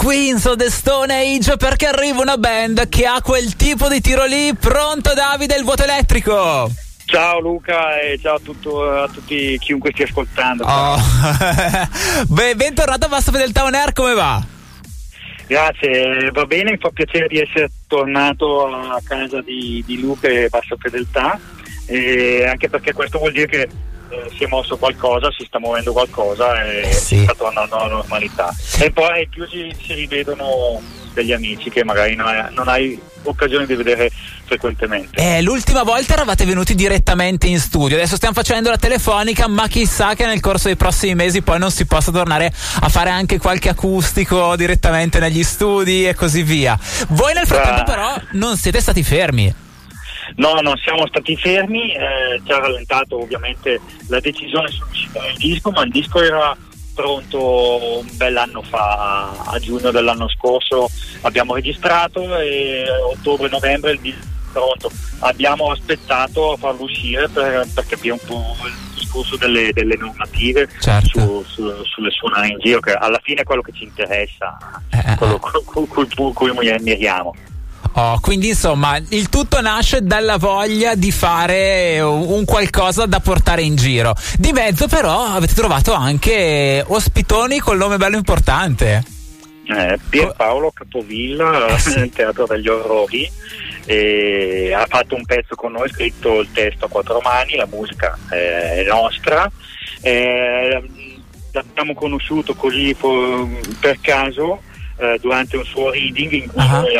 Queens of the Stone Age, perché arriva una band che ha quel tipo di tiro lì. Pronto Davide, il vuoto elettrico? Ciao Luca e ciao a tutti chiunque stia ascoltando. Beh, bentornato a Bassa Fedeltà On Air, come va? Grazie, va bene, mi fa piacere di essere tornato a casa di Luca e Bassa Fedeltà, anche perché questo vuol dire che si è mosso qualcosa, si sta muovendo qualcosa e si sta tornando alla normalità. E poi in più si rivedono degli amici che magari non hai occasione di vedere frequentemente. L'ultima volta eravate venuti direttamente in studio, adesso stiamo facendo la telefonica, ma chissà che nel corso dei prossimi mesi poi non si possa tornare a fare anche qualche acustico direttamente negli studi e così via. Voi nel frattempo però non siete stati fermi. No, non siamo stati fermi, ci ha rallentato ovviamente la decisione sull'uscita del disco, ma il disco era pronto un bell'anno fa, a giugno dell'anno scorso abbiamo registrato e ottobre-novembre il disco è pronto. Abbiamo aspettato a farlo uscire per capire un po' il discorso delle normative, certo, sulle suonare in giro, che alla fine è quello che ci interessa, quello cui miriamo. Quindi insomma il tutto nasce dalla voglia di fare un qualcosa da portare in giro. Di mezzo però avete trovato anche ospitoni col nome bello importante. Pierpaolo Capovilla nel Teatro degli Orrori, ha fatto un pezzo con noi, scritto il testo a quattro mani, la musica è nostra. L'abbiamo conosciuto così per caso durante un suo reading in cui noi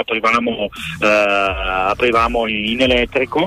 aprivamo in elettrico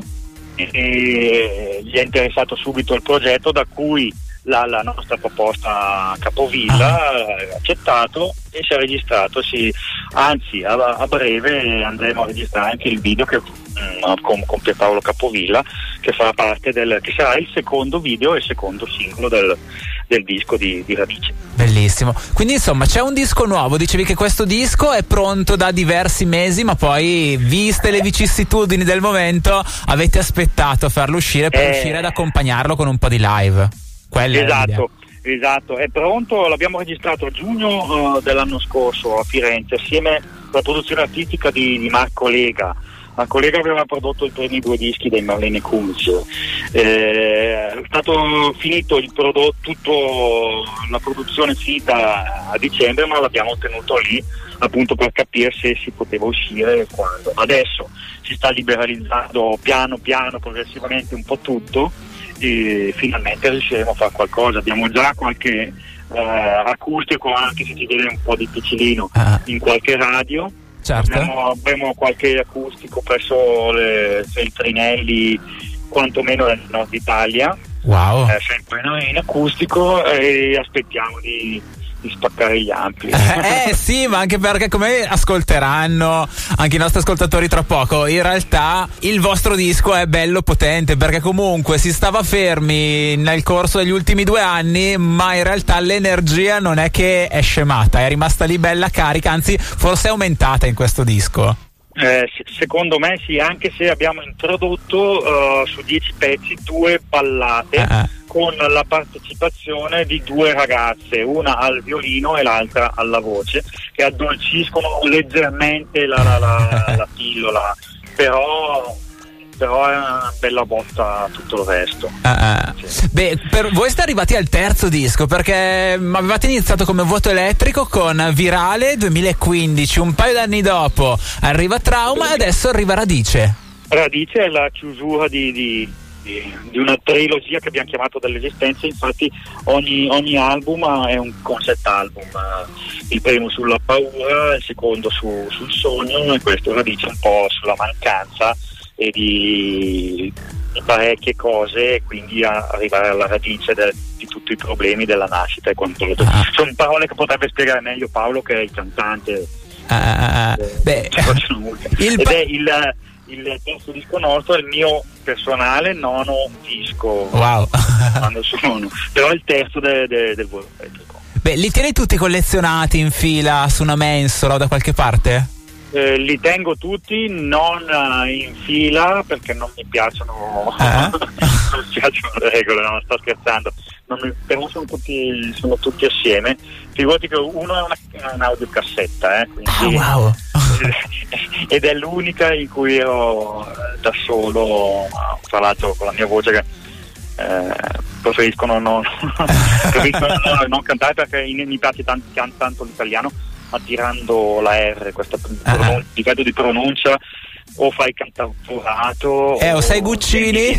e gli è interessato subito il progetto, da cui la nostra proposta Capovilla ha accettato e si è registrato, anzi a breve andremo a registrare anche il video con Pierpaolo Capovilla, che farà parte che sarà il secondo video e il secondo singolo del disco di Radice. Bellissimo. Quindi insomma c'è un disco nuovo, dicevi che questo disco è pronto da diversi mesi, ma poi viste le vicissitudini del momento avete aspettato a farlo uscire per riuscire ad accompagnarlo con un po' di live. Esatto, è pronto, l'abbiamo registrato a giugno dell'anno scorso a Firenze assieme alla produzione artistica di Marco Lega. Marco Lega aveva prodotto i primi due dischi dei Marlene Kunz. È stato finito il prodotto, la produzione finita a dicembre, ma l'abbiamo tenuto lì appunto per capire se si poteva uscire e quando. Adesso si sta liberalizzando piano progressivamente un po' tutto e finalmente riusciremo a fare qualcosa. Abbiamo già qualche acustico, anche se ci viene un po' difficilino, in qualche radio. Certo. Abbiamo qualche acustico presso le Feltrinelli, quantomeno nel nord Italia. Wow. Sempre noi in acustico, e aspettiamo di spaccare gli ampi. Sì, ma anche perché, come ascolteranno anche i nostri ascoltatori tra poco, in realtà il vostro disco è bello potente, perché comunque si stava fermi nel corso degli ultimi 2 anni, ma in realtà l'energia non è che è scemata, è rimasta lì bella carica, anzi forse è aumentata in questo disco. Secondo me sì, anche se abbiamo introdotto su 10 pezzi 2 ballate con la partecipazione di 2 ragazze, una al violino e l'altra alla voce, che addolciscono leggermente la pillola, però è una bella botta a tutto il resto. Sì. Beh, per voi siete arrivati al terzo disco, perché avevate iniziato come Vuoto Elettrico con Virale 2015, un paio d'anni dopo arriva Trauma e adesso arriva Radice. Radice è la chiusura di una trilogia che abbiamo chiamato dell'esistenza. Infatti ogni album è un concept album, il primo sulla paura, il secondo sul sogno, e questo Radice un po' sulla mancanza e di parecchie cose, e quindi arrivare alla radice di tutti i problemi della nascita e quanto. Sono parole che potrebbe spiegare meglio Paolo, che è il cantante. Il terzo disco nostro è il mio personale nono disco. Wow. Quando sono, però è il terzo del Vuoto Elettrico. Li tieni tutti collezionati in fila su una mensola o da qualche parte? Li tengo tutti, non in fila, perché non mi piacciono non mi piacciono le regole, non sto scherzando, però sono tutti assieme. Figurati che uno è in audiocassetta, quindi, wow. ed è l'unica in cui ero da solo, tra l'altro con la mia voce che preferisco non cantare, perché mi piace tanto l'italiano, attirando la R, questo difetto di pronuncia, o fai cantautorato o sei Guccini,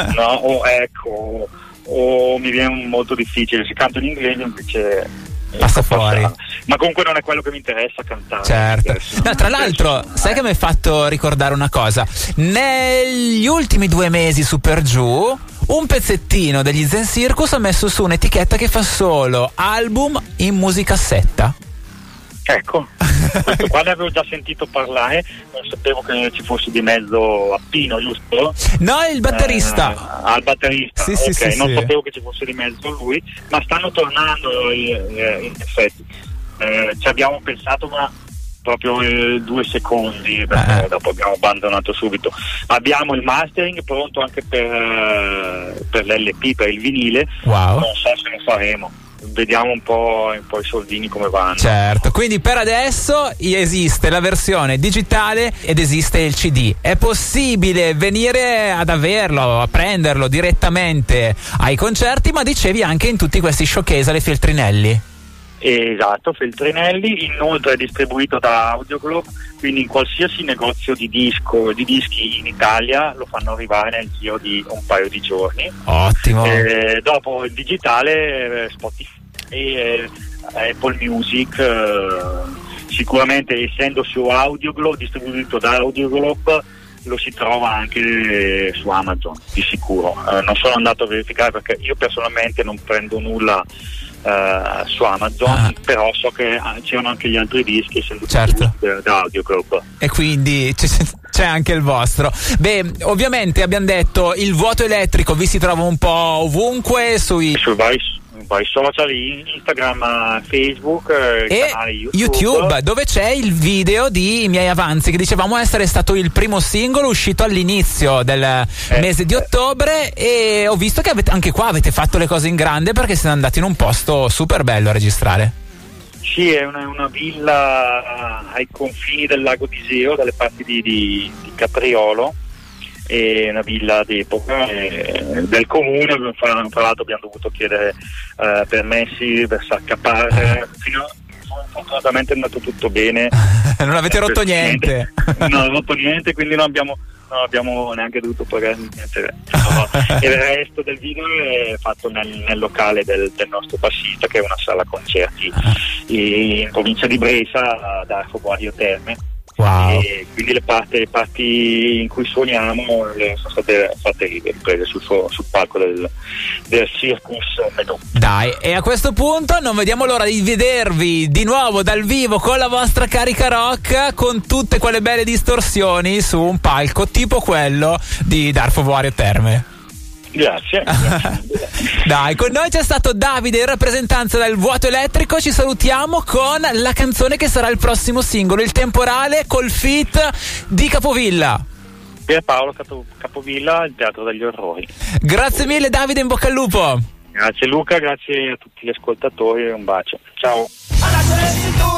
o mi viene molto difficile. Se canto in inglese invece passa fuori. Ma comunque non è quello che mi interessa cantare. Certo. No, tra l'altro, sai che mi hai fatto ricordare una cosa? Negli ultimi 2 mesi su per giù, un pezzettino degli Zen Circus ha messo su un'etichetta che fa solo album in musicassetta. Ecco, questo qua ne avevo già sentito parlare, non sapevo che ci fosse di mezzo Appino, giusto? No, il batterista. Il batterista, sì, ok, sì, non sì. sapevo che ci fosse di mezzo lui, ma stanno tornando in effetti. Ci abbiamo pensato, ma proprio 2 secondi, perché dopo abbiamo abbandonato subito. Abbiamo il mastering pronto anche per l'LP, per il vinile. Wow. Non so se lo faremo. Vediamo un po' i soldini come vanno. Certo, quindi per adesso esiste la versione digitale ed esiste il CD. È possibile venire ad averlo, a prenderlo direttamente ai concerti, ma dicevi anche in tutti questi showcase alle Feltrinelli. Esatto, Feltrinelli, inoltre è distribuito da Audioglobe, quindi in qualsiasi negozio di dischi in Italia lo fanno arrivare nel giro di un paio di giorni. Ottimo. Dopo il digitale, Spotify e Apple Music, sicuramente essendo su Audioglobe, distribuito da Audioglobe, lo si trova anche su Amazon di sicuro. Non sono andato a verificare perché io personalmente non prendo nulla su Amazon, però so che c'erano anche gli altri dischi, essendo certo, da Audioglobe, e quindi c'è anche il vostro. Beh, ovviamente abbiamo detto il vuoto elettrico vi si trova un po' ovunque sui vari social, Instagram, Facebook e canale YouTube, dove c'è il video di I miei avanzi, che dicevamo essere stato il primo singolo uscito all'inizio del mese di ottobre, e ho visto che anche qua avete fatto le cose in grande, perché siete andati in un posto super bello a registrare. Sì, è una villa ai confini del lago di Iseo, dalle parti di Capriolo. È una villa d'epoca del comune, tra l'altro abbiamo dovuto chiedere permessi per accappare, fortunatamente è andato tutto bene. Non avete rotto niente? Non ho rotto niente, quindi non abbiamo neanche dovuto pagare niente. E il resto del video è fatto nel locale del nostro bassista, che è una sala concerti in provincia di Bresa, da Arfoguario Terme. Wow. E quindi le parti in cui suoniamo sono state fatte riprese sul palco del Circus Meadow. Dai, e a questo punto non vediamo l'ora di vedervi di nuovo dal vivo con la vostra carica rock, con tutte quelle belle distorsioni su un palco tipo quello di Arfoguario Terme. Grazie. Dai, con noi c'è stato Davide in rappresentanza del Vuoto Elettrico. Ci salutiamo con la canzone che sarà il prossimo singolo, Il Temporale, col feat di Capovilla. Pierpaolo Capovilla, il Teatro degli Orrori. Grazie mille Davide, in bocca al lupo. Grazie Luca, grazie a tutti gli ascoltatori, un bacio. Ciao.